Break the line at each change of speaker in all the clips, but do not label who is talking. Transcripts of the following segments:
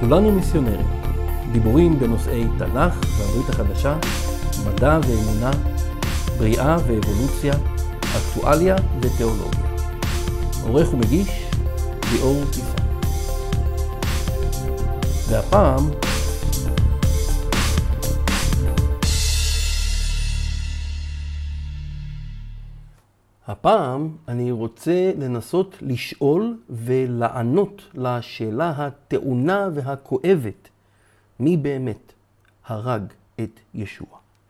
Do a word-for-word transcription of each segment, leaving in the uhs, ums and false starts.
כולנו מיסיונרים, דיבורים בנושאי תנ"ך והברית החדשה, מדע ואמונה, בריאה ואבולוציה, אקטואליה ותיאולוגיה. עורך ומגיש, ליאור תיפן. והפעם, הפעם אני רוצה לנסות לשאול ולענות לשאלה הטעונה והכואבת, מי באמת הרג את ישוע?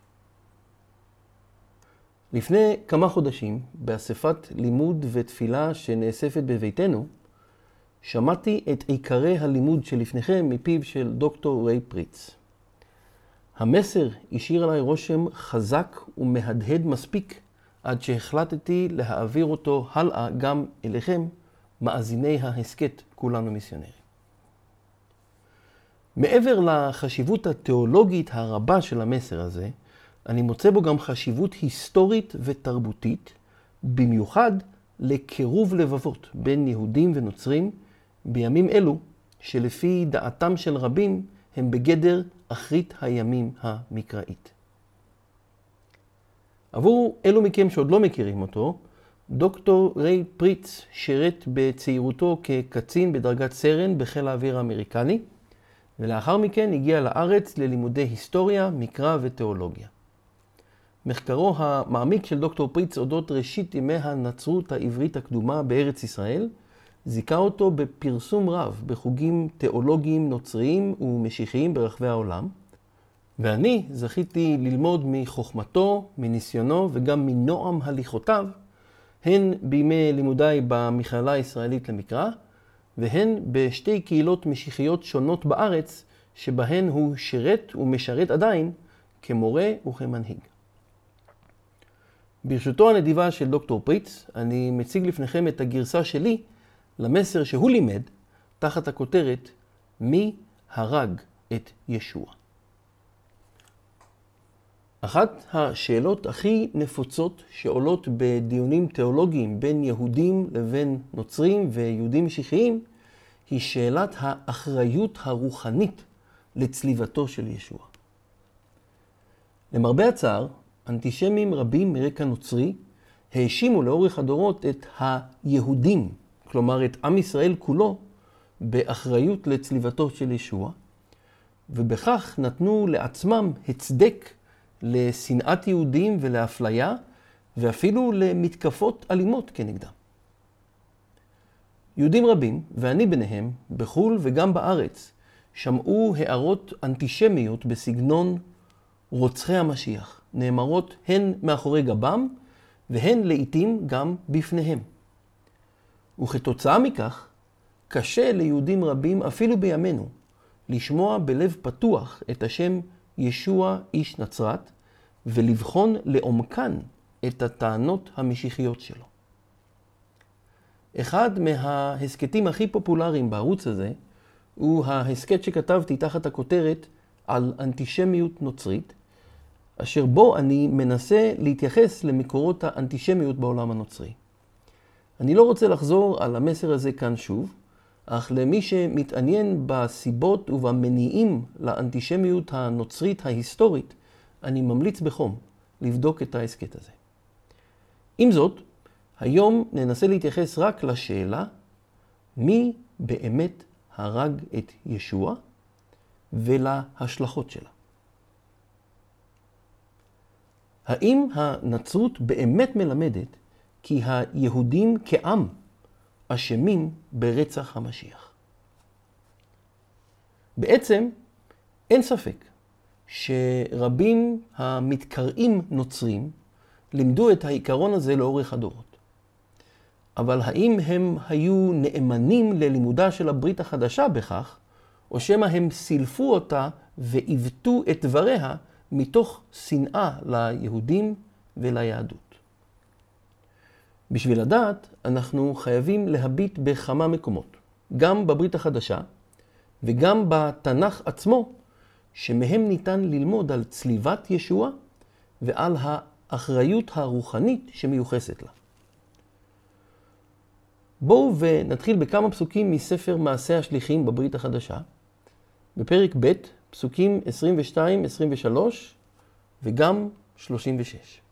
לפני כמה חודשים, באספת לימוד ותפילה שנאספת בביתנו, שמעתי את עיקרי הלימוד שלפניכם מפיו של דוקטור ריי פריץ. המסר השאיר עליי רושם חזק ומהדהד מספיק, עד שהחלטתי להעביר אותו הלאה גם אליכם, מאזיני ההסכת כולנו מיסיונרים. מעבר לחשיבות התיאולוגית הרבה של המסר הזה, אני מוצא בו גם חשיבות היסטורית ותרבותית, במיוחד לקירוב לבבות בין יהודים ונוצרים בימים אלו, שלפי דעתם של רבים הם בגדר אחרית הימים המקראית. עבור אלו מכם שעוד לא מכירים אותו, דוקטור ריי פריץ שירת בצעירותו כקצין בדרגת סרן בחיל האוויר האמריקני, ולאחר מכן הגיע לארץ ללימודי היסטוריה, מקרא ותיאולוגיה. מחקרו המעמיק של דוקטור פריץ אודות ראשית ימי הנצרות העברית הקדומה בארץ ישראל, זיכה אותו בפרסום רב בחוגים תיאולוגיים נוצריים ומשיחיים ברחבי העולם, ואני זכיתי ללמוד מחוכמתו, מניסיונו וגם מנועם הליכותיו, הן בימי לימודיי במכללה הישראלית למקרא, והן בשתי קהילות משיחיות שונות בארץ, שבהן הוא שירת ומשרת עדיין כמורה וכמנהיג. ברשותו הנדיבה של דוקטור פריץ, אני מציג לפניכם את הגרסה שלי למסר שהוא לימד תחת הכותרת מי הרג את ישוע. אחת השאלות הכי נפוצות שעולות בדיונים תיאולוגיים בין יהודים לבין נוצרים ויהודים משיחיים, היא שאלת האחריות הרוחנית לצליבתו של ישוע. למרבה הצער, אנטישמים רבים מרקע נוצרי האשימו לאורך הדורות את היהודים, כלומר את עם ישראל כולו, באחריות לצליבתו של ישוע, ובכך נתנו לעצמם הצדק לשנאת יהודים ולאפליה, ואפילו למתקפות אלימות כנגדם. יהודים רבים, ואני ביניהם, בחול וגם בארץ, שמעו הערות אנטישמיות בסגנון רוצחי המשיח, נאמרות הן מאחורי גבם, והן לעתים גם בפניהם. וכתוצאה מכך, קשה ליהודים רבים, אפילו בימינו, לשמוע בלב פתוח את השם ישוע איש נצרת, ולבחון לעומקן את הטענות המשיחיות שלו. אחד מההסקטים הכי פופולריים בערוץ הזה, הוא ההסקט שכתבתי תחת הכותרת על אנטישמיות נוצרית, אשר בו אני מנסה להתייחס למקורות האנטישמיות בעולם הנוצרי. אני לא רוצה לחזור על המסר הזה כאן שוב, אך למי שמתעניין בסיבות ובמניעים לאנטישמיות הנוצרית ההיסטורית, אני ממליץ בחום לבדוק את ההסקט הזה. עם זאת, היום ננסה להתייחס רק לשאלה מי באמת הרג את ישוע ולהשלכות שלה. האם הנצרות באמת מלמדת כי היהודים כעם אשמים ברצח המשיח? בעצם אין ספק שרבים המתקראים נוצרים לימדו את העיקרון הזה לאורך הדורות. אבל האם הם היו נאמנים ללימודה של הברית החדשה בכך, או שמא הם סילפו אותה ועיוותו את דבריה מתוך שנאה ליהודים וליהדות? בשביל לדעת, אנחנו חייבים להביט בכמה מקומות, גם בברית החדשה וגם בתנ"ך עצמו, שמהם ניתן ללמוד על צליבת ישוע ועל האחריות הרוחנית שמיוחסת לה. בואו ונתחיל בכמה פסוקים מספר מעשי השליחים בברית החדשה, בפרק ב', פסוקים עשרים ושתיים עשרים ושלוש וגם שלושים ושש.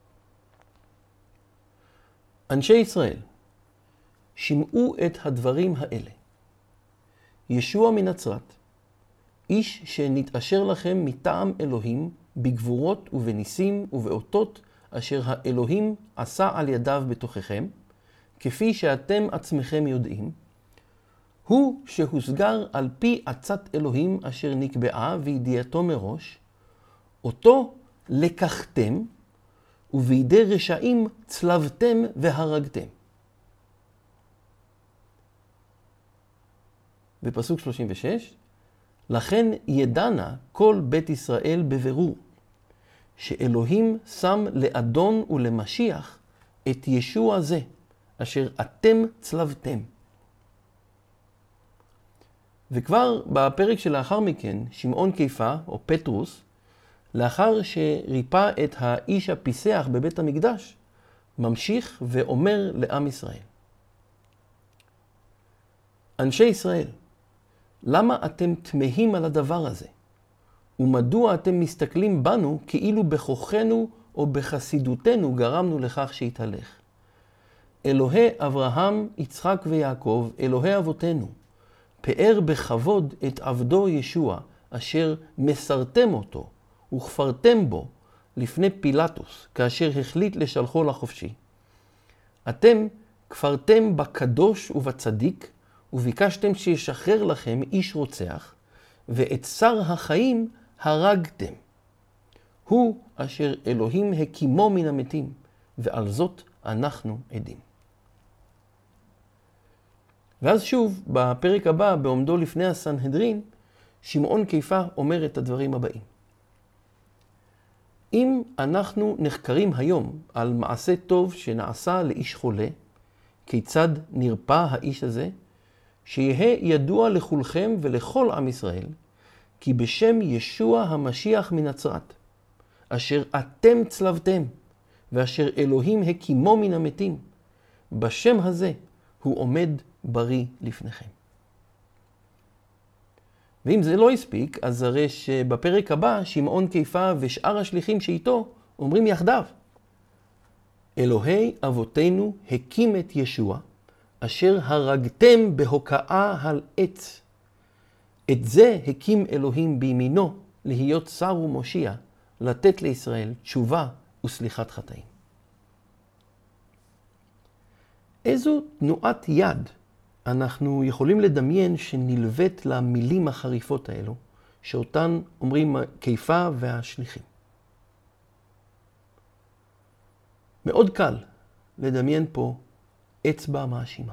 אנשי ישראל, שמעו את הדברים האלה. ישוע מנצרת, איש שנתאשר לכם מטעם אלוהים בגבורות ובניסים ובאותות אשר האלוהים עשה על ידיו בתוככם, כפי שאתם עצמכם יודעים, הוא שהוסגר על פי עצת אלוהים אשר נקבעה וידיעתו מראש, אותו לקחתם ובידי רשעים צלבתם והרגתם. בפסוק שלושים ושש, לכן ידענה כל בית ישראל בבירור, שאלוהים שם לאדון ולמשיח את ישוע זה, אשר אתם צלבתם. וכבר בפרק שלאחר מכן, שמעון קיפה, או פטרוס, לאחר שריפא את האיש הפיסח בבית המקדש, ממשיך ואומר לעם ישראל. אנשי ישראל, למה אתם תמהים על הדבר הזה? ומדוע אתם מסתכלים בנו כאילו בכוחנו או בחסידותנו גרמנו לכך שיתהלך? אלוהי אברהם, יצחק ויעקב, אלוהי אבותינו, פאר בכבוד את עבדו ישוע, אשר מסרתם אותו וכפרתם בו לפני פילטוס, כאשר החליט לשלחו לחופשי. אתם כפרתם בקדוש ובצדיק, וביקשתם שישחרר לכם איש רוצח, ואת שר החיים הרגתם. הוא אשר אלוהים הקימו מן המתים, ועל זאת אנחנו עדים. ואז שוב, בפרק הבא, בעומדו לפני הסנהדרין, שמעון קיפה אומר את הדברים הבאים. אם אנחנו נחקרים היום על מעשה טוב שנעשה לאיש חולה, כיצד נרפא האיש הזה, שיהיה ידוע לכולכם ולכל עם ישראל, כי בשם ישוע המשיח מנצרת, אשר אתם צלבתם, ואשר אלוהים הקימו מן המתים, בשם הזה הוא עומד בריא לפניכם. ואם זה לא הספיק, אז הרי שבפרק הבא, שמעון קיפה ושאר השליחים שאיתו אומרים יחדיו, אלוהי אבותינו הקים את ישוע, אשר הרגתם בהוקעה על עץ. את זה הקים אלוהים בימינו להיות שר ומושיע, לתת לישראל תשובה וסליחת חטאים. איזו תנועת יד אנחנו יכולים לדמיין שנלווית למילים החריפות האלו, שאותן אומרים קיפה והשליחים. מאוד קל לדמיין פה אצבע מאשימה.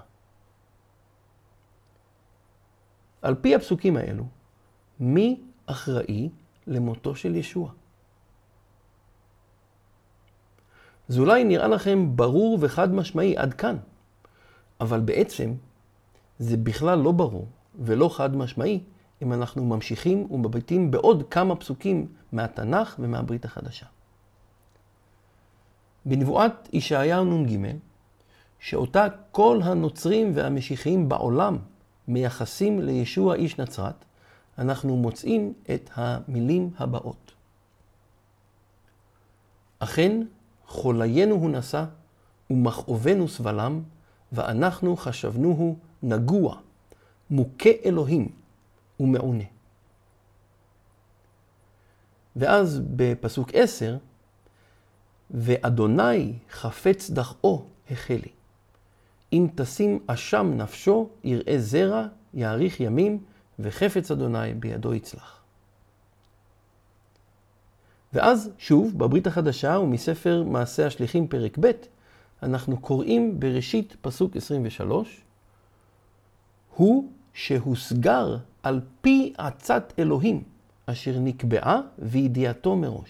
על פי הפסוקים האלו, מי אחראי למותו של ישוע? זה אולי נראה לכם ברור וחד משמעי עד כאן, אבל בעצם זה בכלל לא ברור ולא חד משמעי אם אנחנו ממשיכים ומביטים בעוד כמה פסוקים מהתנ"ך ומהברית החדשה. בנבואת ישעיהו נ"ג, שאותה כל הנוצרים והמשיחיים בעולם מייחסים לישוע איש נצרת, אנחנו מוצאים את המילים הבאות. אכן חוליינו הוא נשא ומכאובנו סבלם, ואנחנו חשבנוהו נגוע, מוכה אלוהים ומעונה. ואז בפסוק עשר, ואדוני חפץ דחאו החלי. אם תשים אשם נפשו, יראה זרע, יאריך ימים, וחפץ אדוני בידו יצלח. ואז שוב, בברית החדשה ומספר מעשה השליחים פרק ב', אנחנו קוראים בראשית פסוק עשרים ושלוש, הוא שהוסגר על פי עצת אלוהים, אשר נקבעה וידיעתו מראש.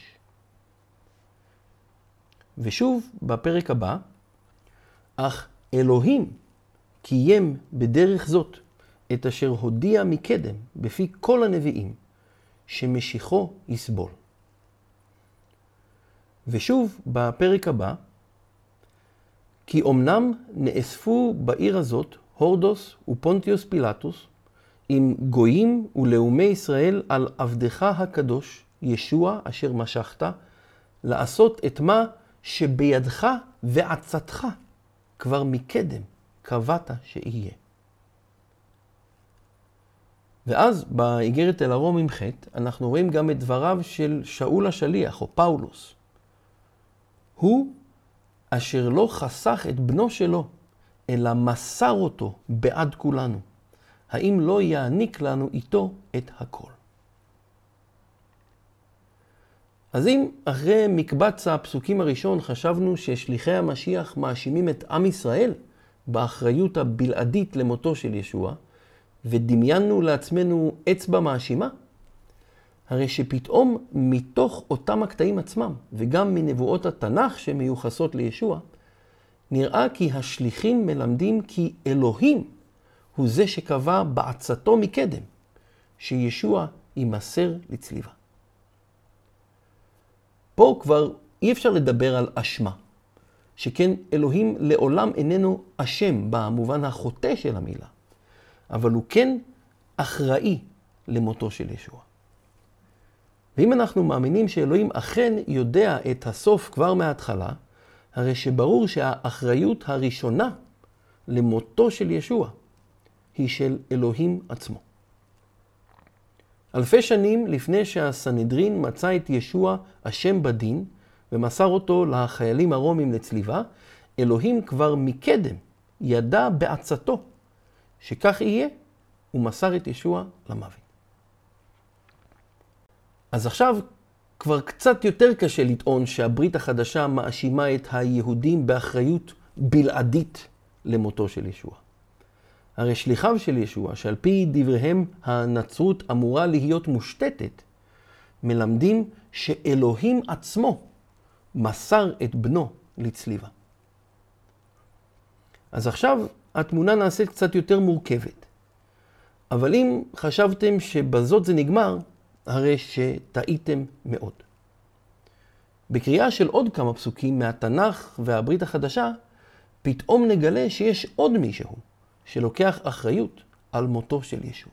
ושוב, בפרק הבא, אך אלוהים קיים בדרך זאת את אשר הודיע מקדם בפי כל הנביאים, שמשיחו יסבול. ושוב, בפרק הבא, כי אמנם נאספו בעיר הזאת הורדוס ופונטיוס פילטוס, עם גויים ולאומי ישראל על עבדך הקדוש, ישוע אשר משכת, לעשות את מה שבידך ועצתך כבר מקדם קבעת שיהיה. ואז באיגרת אל הרומים ח' אנחנו רואים גם את דבריו של שאול השליח או פאולוס. הוא אשר לא חסך את בנו שלו, אלא מסר אותו בעד כולנו. האם לא יעניק לנו איתו את הכל? אז אם אחרי מקבץ הפסוקים הראשון חשבנו ששליחי המשיח מאשימים את עם ישראל באחריות הבלעדית למותו של ישוע, ודמיינו לעצמנו אצבע מאשימה, הרי שפתאום מתוך אותם הקטעים עצמם, וגם מנבואות התנ"ך שמיוחסות לישוע, נראה כי השליחים מלמדים כי אלוהים הוא זה שקבע בעצתו מקדם, שישוע יימסר לצליבה. פה כבר אי אפשר לדבר על אשמה, שכן אלוהים לעולם איננו אשם במובן החוטא של המילה, אבל הוא כן אחראי למותו של ישוע. ואם אנחנו מאמינים שאלוהים אכן יודע את הסוף כבר מההתחלה, הרי שברור שהאחריות הראשונה למותו של ישוע היא של אלוהים עצמו. אלפי שנים לפני שהסנהדרין מצא את ישוע אשם בדין ומסר אותו לחיילים הרומים לצליבה, אלוהים כבר מקדם ידע בעצתו שכך יהיה, ומסר את ישוע למוות. אז עכשיו כבר קצת יותר קשה לטעון שהברית החדשה מאשימה את היהודים באחריות בלעדית למותו של ישוע. הרי שליחיו של ישוע, שעל פי דבריהם הנצרות אמורה להיות מושתתת, מלמדים שאלוהים עצמו מסר את בנו לצליבה. אז עכשיו התמונה נעשית קצת יותר מורכבת. אבל אם חשבתם שבזאת זה נגמר, הרי שטעיתם מאוד. בקריאה של עוד כמה פסוקים מהתנ"ך והברית החדשה, פתאום נגלה שיש עוד מישהו שלוקח אחריות על מותו של ישוע.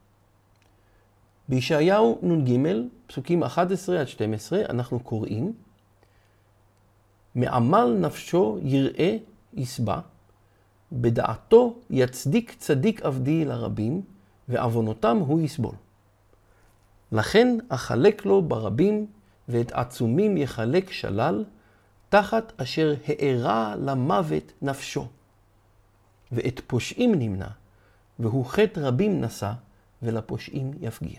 בישעיהו נ"ג, פסוקים אחת עשרה עד שתים עשרה, אנחנו קוראים, מעמל נפשו יראה יסבע, בדעתו יצדיק צדיק עבדי לרבים, ועוונותם הוא יסבול. לכן אחלק לו ברבים, ואת עצומים יחלק שלל, תחת אשר הארה למוות נפשו. ואת פושעים נמנע, והוא חטא רבים נשא, ולפושעים יפגיע.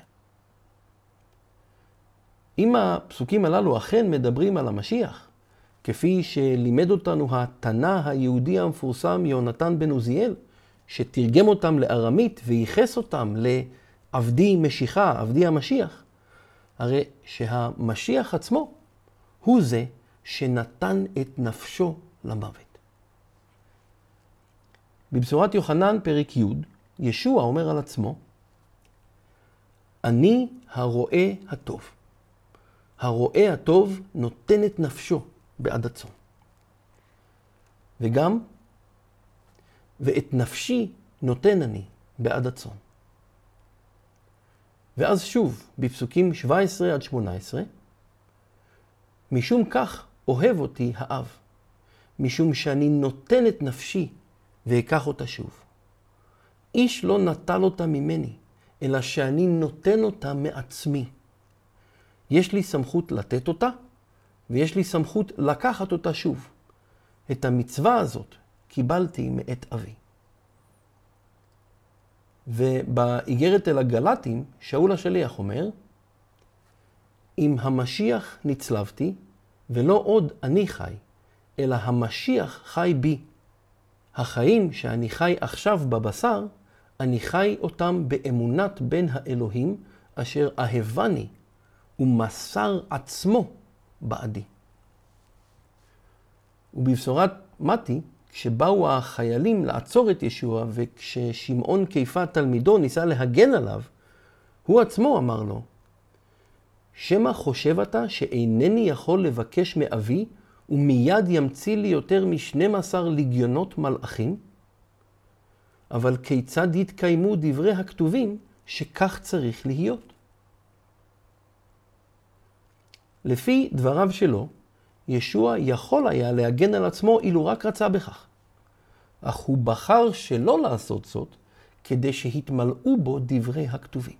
אם הפסוקים הללו אכן מדברים על המשיח, כפי שלימד אותנו התנא היהודי המפורסם יונתן בן עוזיאל, שתרגם אותם לארמית וייחס אותם לעבדי משיחה, עבדי המשיח, הרי שהמשיח עצמו הוא זה שנתן את נפשו למוות. בבשורת יוחנן פרק י', ישוע אומר על עצמו, אני הרואה הטוב. הרואה הטוב נותן את נפשו בעד הצאן. וגם, ואת נפשי נותן אני בעד הצאן. ואז שוב, בפסוקים שבע עשרה עד שמונה עשרה, משום כך אוהב אותי האב, משום שאני נותן את נפשי ואקח אותה שוב. איש לא נטל אותה ממני, אלא שאני נותן אותה מעצמי. יש לי סמכות לתת אותה, ויש לי סמכות לקחת אותה שוב. את המצווה הזאת קיבלתי מאת אבי. ובאיגרת אל הגלטים, שאול השליח אומר, אם המשיח נצלבתי, ולא עוד אני חי, אלא המשיח חי בי. החיים שאני חי עכשיו בבשר, אני חי אותם באמונת בן האלוהים, אשר אהבני ומסר עצמו בעדי. ובבשורת מתי, כשבאו החיילים לעצור את ישוע, וכששמעון קיפה תלמידו ניסה להגן עליו, הוא עצמו אמר לו, שמה חושב אתה שאינני יכול לבקש מאבי, ומיד ימציא לי יותר משנים עשר לגיונות מלאכים? אבל כיצד יתקיימו דברי הכתובים שכך צריך להיות? לפי דבריו שלו, ישוע יכול היה להגן על עצמו אילו רק רצה בכך. אך הוא בחר שלא לעשות זאת כדי שהתמלאו בו דברי הכתובים.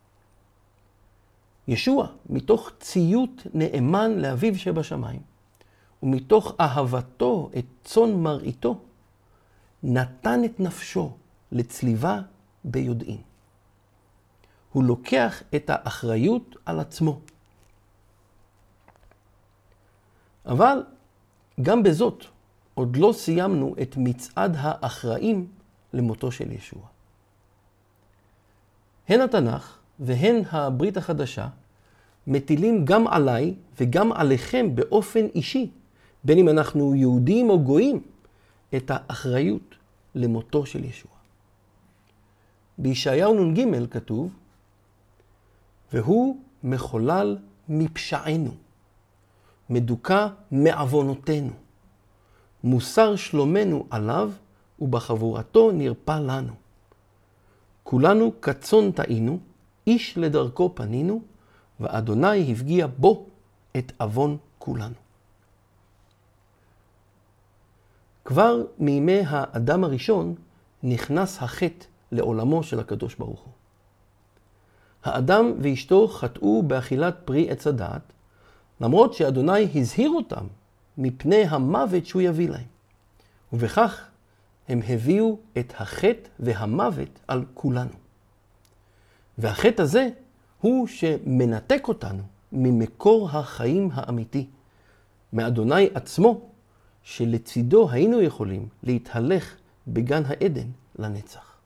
ישוע, מתוך ציות נאמן לאביו שבשמיים, ומתוך אהבתו את צאן מרעיתו, נתן את נפשו לצליבה ביודעין. הוא לוקח את האחריות על עצמו. אבל גם בזאת עוד לא סיימנו את מצעד האחראים למותו של ישוע. הן התנ"ך והן הברית החדשה מטילים גם עליי וגם עליכם באופן אישי, בין אם אנחנו יהודים או גויים, את האחריות למותו של ישוע. בישעיהו נ"ג כתוב, והוא מחולל מפשענו, מדוכא מעוונותינו, מוסר שלומנו עליו ובחבורתו נרפא לנו. כולנו כצאן טעינו, איש לדרכו פנינו, ואדוני הפגיע בו את עוון כולנו. כבר מימי האדם הראשון נכנס החטא לעולמו של הקדוש ברוך הוא. האדם ואשתו חטאו באכילת פרי עץ הדעת, למרות שאדוני הזהיר אותם מפני המוות שהוא יביא להם. ובכך הם הביאו את החטא והמוות על כולנו. והחטא הזה הוא שמנתק אותנו ממקור החיים האמיתי, מאדוני עצמו, שלצידו היינו יכולים להתהלך בגן העדן לנצח.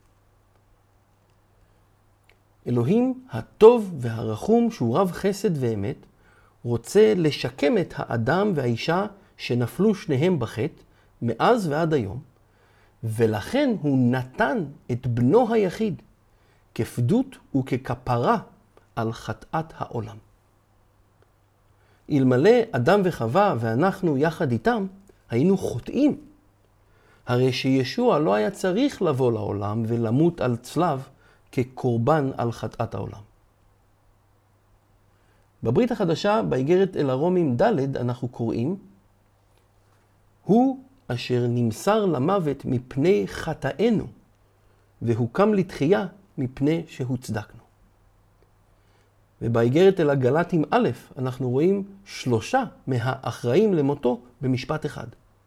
אלוהים הטוב והרחום שהוא רב חסד ואמת, רוצה לשקם את האדם והאישה שנפלו שניהם בחטא מאז ועד היום, ולכן הוא נתן את בנו היחיד כפדות וככפרה על חטאת העולם. אלמלא אדם וחווה ואנחנו יחד איתם, היינו חוטאים. הרי שישוע לא היה צריך לבוא לעולם ולמות על צלב כקורבן על חטאת העולם. בברית החדשה, באיגרת אל הרומים ד' אנחנו קוראים, הוא אשר נמסר למוות מפני חטאינו, והוקם לתחייה מפני שהוצדקנו. ובאיגרת אל הגלטים א' אנחנו רואים שלושה מהאחראים למותו במשפט אחד.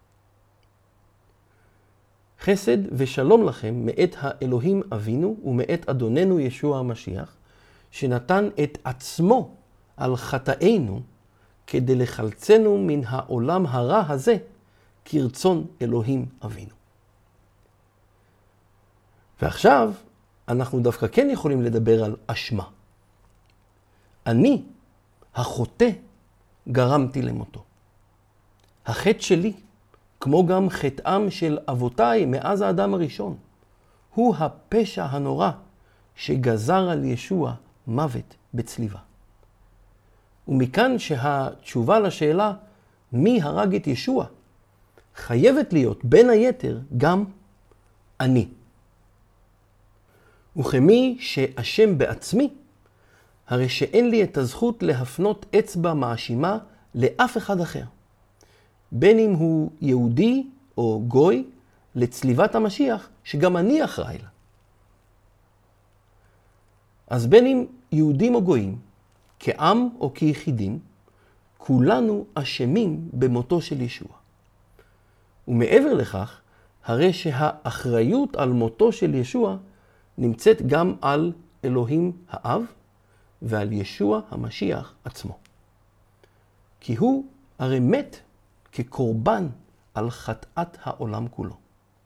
חסד ושלום לכם מאת האלוהים אבינו ומאת אדוננו ישוע המשיח, שנתן את עצמו על חטאינו כדי לחלצנו מן העולם הרע הזה כרצון אלוהים אבינו. ועכשיו אנחנו דווקא כן יכולים לדבר על אשמה. אני, החוטא, גרמתי למותו. החטא שלי, כמו גם חטאם של אבותיי מאז האדם הראשון, הוא הפשע הנורא שגזר על ישוע מוות בצליבה. ומכאן שהתשובה לשאלה מי הרג את ישוע חייבת להיות בין היתר גם אני. וכמי שאשם בעצמי, הרי שאין לי את הזכות להפנות אצבע מאשימה לאף אחד אחר. בין אם הוא יהודי או גוי לצליבת המשיח שגם אני אחראי לה. אז בין אם יהודים או גויים, כעם או כיחידים, כולנו אשמים במותו של ישוע. ומעבר לכך, הרי שהאחריות על מותו של ישוע נמצאת גם על אלוהים האב ועל ישוע המשיח עצמו. כי הוא הרי מת כקורבן על חטאת העולם כולו.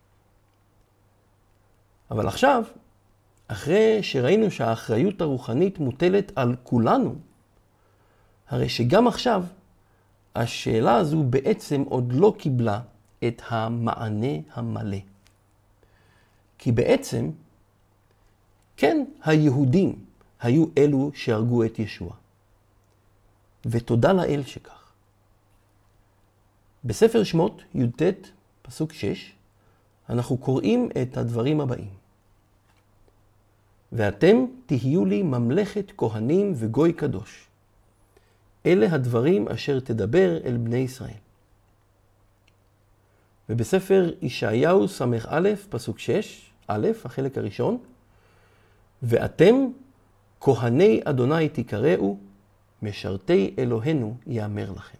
אבל עכשיו, אחרי שראינו שהאחריות הרוחנית מוטלת על כולנו, הרי שגם עכשיו השאלה הזו בעצם עוד לא קיבלה את המענה המלא. כי בעצם, כן, היהודים היו אלו שהרגו את ישוע. ותודה לאל שכך. בספר שמות י"ט פסוק שש אנחנו קוראים את הדברים הבאים. ואתם תהיו לי ממלכת כהנים וגוי קדוש. אלה הדברים אשר תדבר אל בני ישראל. ובספר ישעיהו סמך א', פסוק שש, א', החלק הראשון, ואתם כהני אדוני תקראו, משרתי אלוהינו יאמר לכם.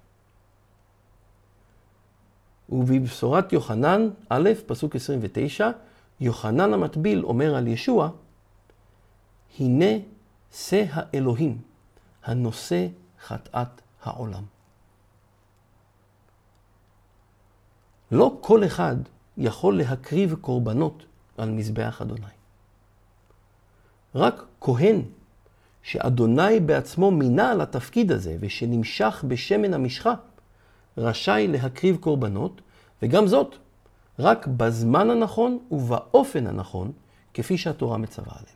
ובבשורת יוחנן, א', פסוק עשרים ותשע, יוחנן המטביל אומר על ישוע, הנה שא האלוהים, הנושא חטאת העולם. לא כל אחד יכול להקריב קורבנות על מזבח אדוני. רק כהן שאדוני בעצמו מינה על התפקיד הזה ושנמשך בשמן המשחה, רשאי להקריב קורבנות, וגם זאת, רק בזמן הנכון ובאופן הנכון, כפי שהתורה מצווה עלינו.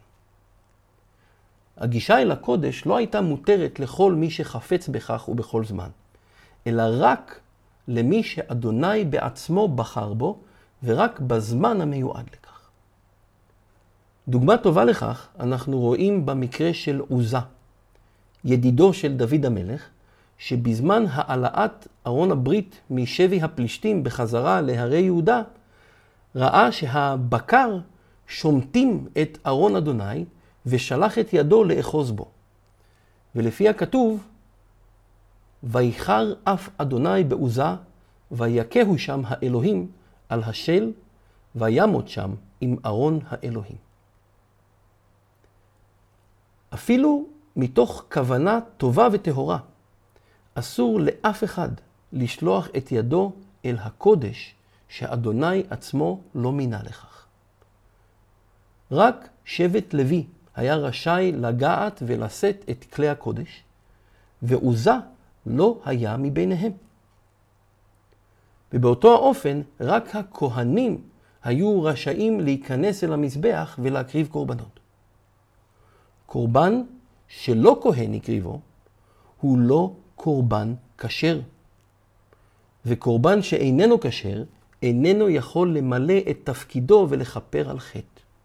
הגישה אל הקודש לא הייתה מותרת לכל מי שחפץ בכך ובכל זמן, אלא רק למי שאדוני בעצמו בחר בו, ורק בזמן המיועד לכך. דוגמה טובה לכך אנחנו רואים במקרה של עוזה, ידידו של דוד המלך, שבזמן העלאת ארון הברית משבי הפלישתים בחזרה להרי יהודה, ראה שהבקר שומטים את ארון אדוני ושלח את ידו לאחוז בו. ולפי הכתוב, ויחר אף אדוני בעוזה, ויקהו שם האלוהים על השל, וימות שם עם ארון האלוהים. אפילו מתוך כוונה טובה וטהורה, אסור לאף אחד לשלוח את ידו אל הקודש שאדוני עצמו לא מינה לכך. רק שבט לוי היה רשאי לגעת ולשאת את כלי הקודש, ועוזה לא היה מביניהם. ובאותו האופן רק הכהנים היו רשאים להיכנס אל המזבח ולהקריב קורבנות. קורבן שלא כהן הקריבו הוא לא קורבן כשר. וקורבן שאיננו כשר איננו יכול למלא את תפקידו ולכפר על חטא.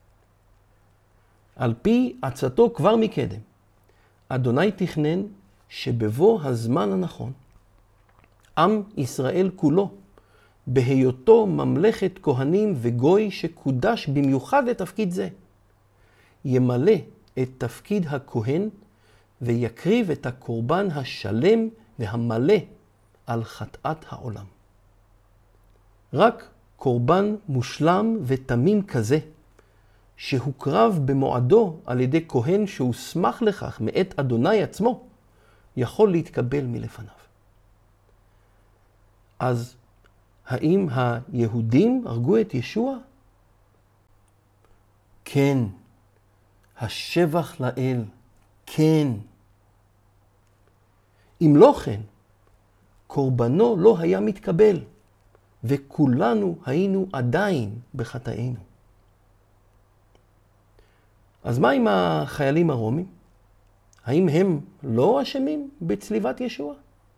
על פי עצתו כבר מקדם, אדוני תכנן שבבוא הזמן הנכון, עם ישראל כולו, בהיותו ממלכת כהנים וגוי שקודש במיוחד לתפקיד זה, ימלא את תפקיד הכהן ויקריב את הקורבן השלם והמלא על חטאת העולם. רק קורבן מושלם ותמים כזה, שהוקרב במועדו על ידי כהן שהוסמך לכך מאת אדוני עצמו, יכול להתקבל מלפניו. אז האם היהודים הרגו את ישוע? כן. השבח לאל, כן. אם לא כן, קורבנו לא היה מתקבל, וכולנו היינו עדיין בחטאינו. אז מה עם החיילים הרומים? האם הם לא אשמים בצליבת ישוע?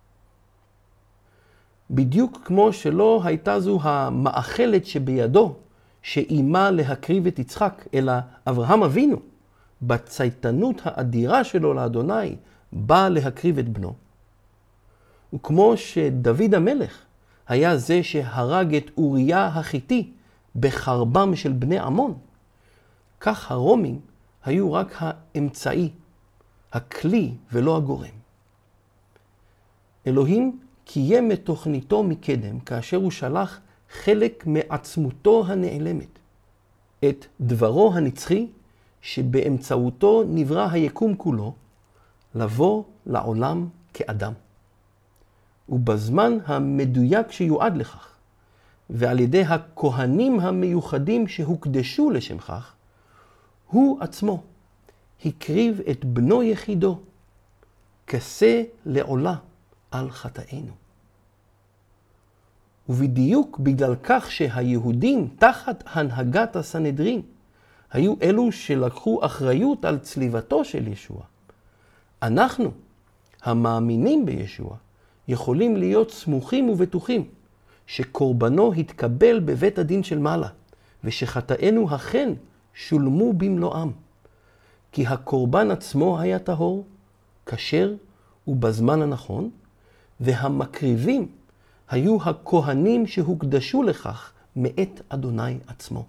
בדיוק כמו שלא הייתה זו המאכלת שבידו שאימה להקריב את יצחק, אלא אברהם אבינו, בצייתנות האדירה שלו לאדוני, בא להקריב את בנו. וכמו שדוד המלך היה זה שהרג את אוריה החיתי בחרבם של בני עמון, כך הרומים היו רק האמצעי, הכלי ולא הגורם. אלוהים קיים את תוכניתו מקדם כאשר הוא שלח חלק מעצמותו הנעלמת, את דברו הנצחי שבאמצעותו נברא היקום כולו, לבוא לעולם כאדם. ובזמן המדויק שיועד לכך, ועל ידי הכהנים המיוחדים שהוקדשו לשם כך, הוא עצמו הקריב את בנו יחידו, כסה לעולה על חטאינו. ובדיוק בגלל כך שהיהודים תחת הנהגת הסנהדרין היו אלו שלקחו אחריות על צליבתו של ישוע, אנחנו, המאמינים בישוע, יכולים להיות סמוכים ובטוחים שקורבנו התקבל בבית הדין של מעלה, ושחטאינו אכן שולמו במלואם, כי הקורבן עצמו היה טהור, כשר ובזמן הנכון, והמקריבים היו הכהנים שהוקדשו לכך מאת אדוני עצמו.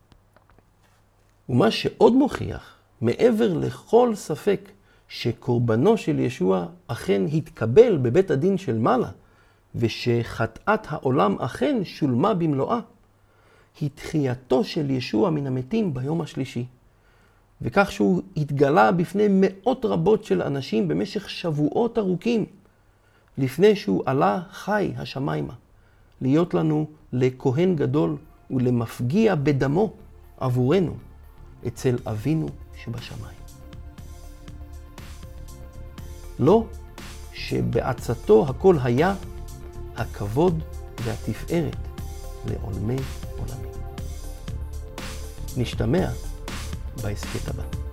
ומה שעוד מוכיח, מעבר לכל ספק, שקורבנו של ישוע אכן התקבל בבית הדין של מעלה, ושחטאת העולם אכן שולמה במלואה, היא תחייתו של ישוע מן המתים ביום השלישי. וכך שהוא התגלה בפני מאות רבות של אנשים במשך שבועות ארוכים, לפני שהוא עלה חי השמיימה, להיות לנו לכהן גדול ולמפגיע בדמו עבורנו אצל אבינו שבשמיים. לא שבעצתו הכל היה הכבוד והתפארת לעולמי עולמים. נשתמע בהסכת הבא.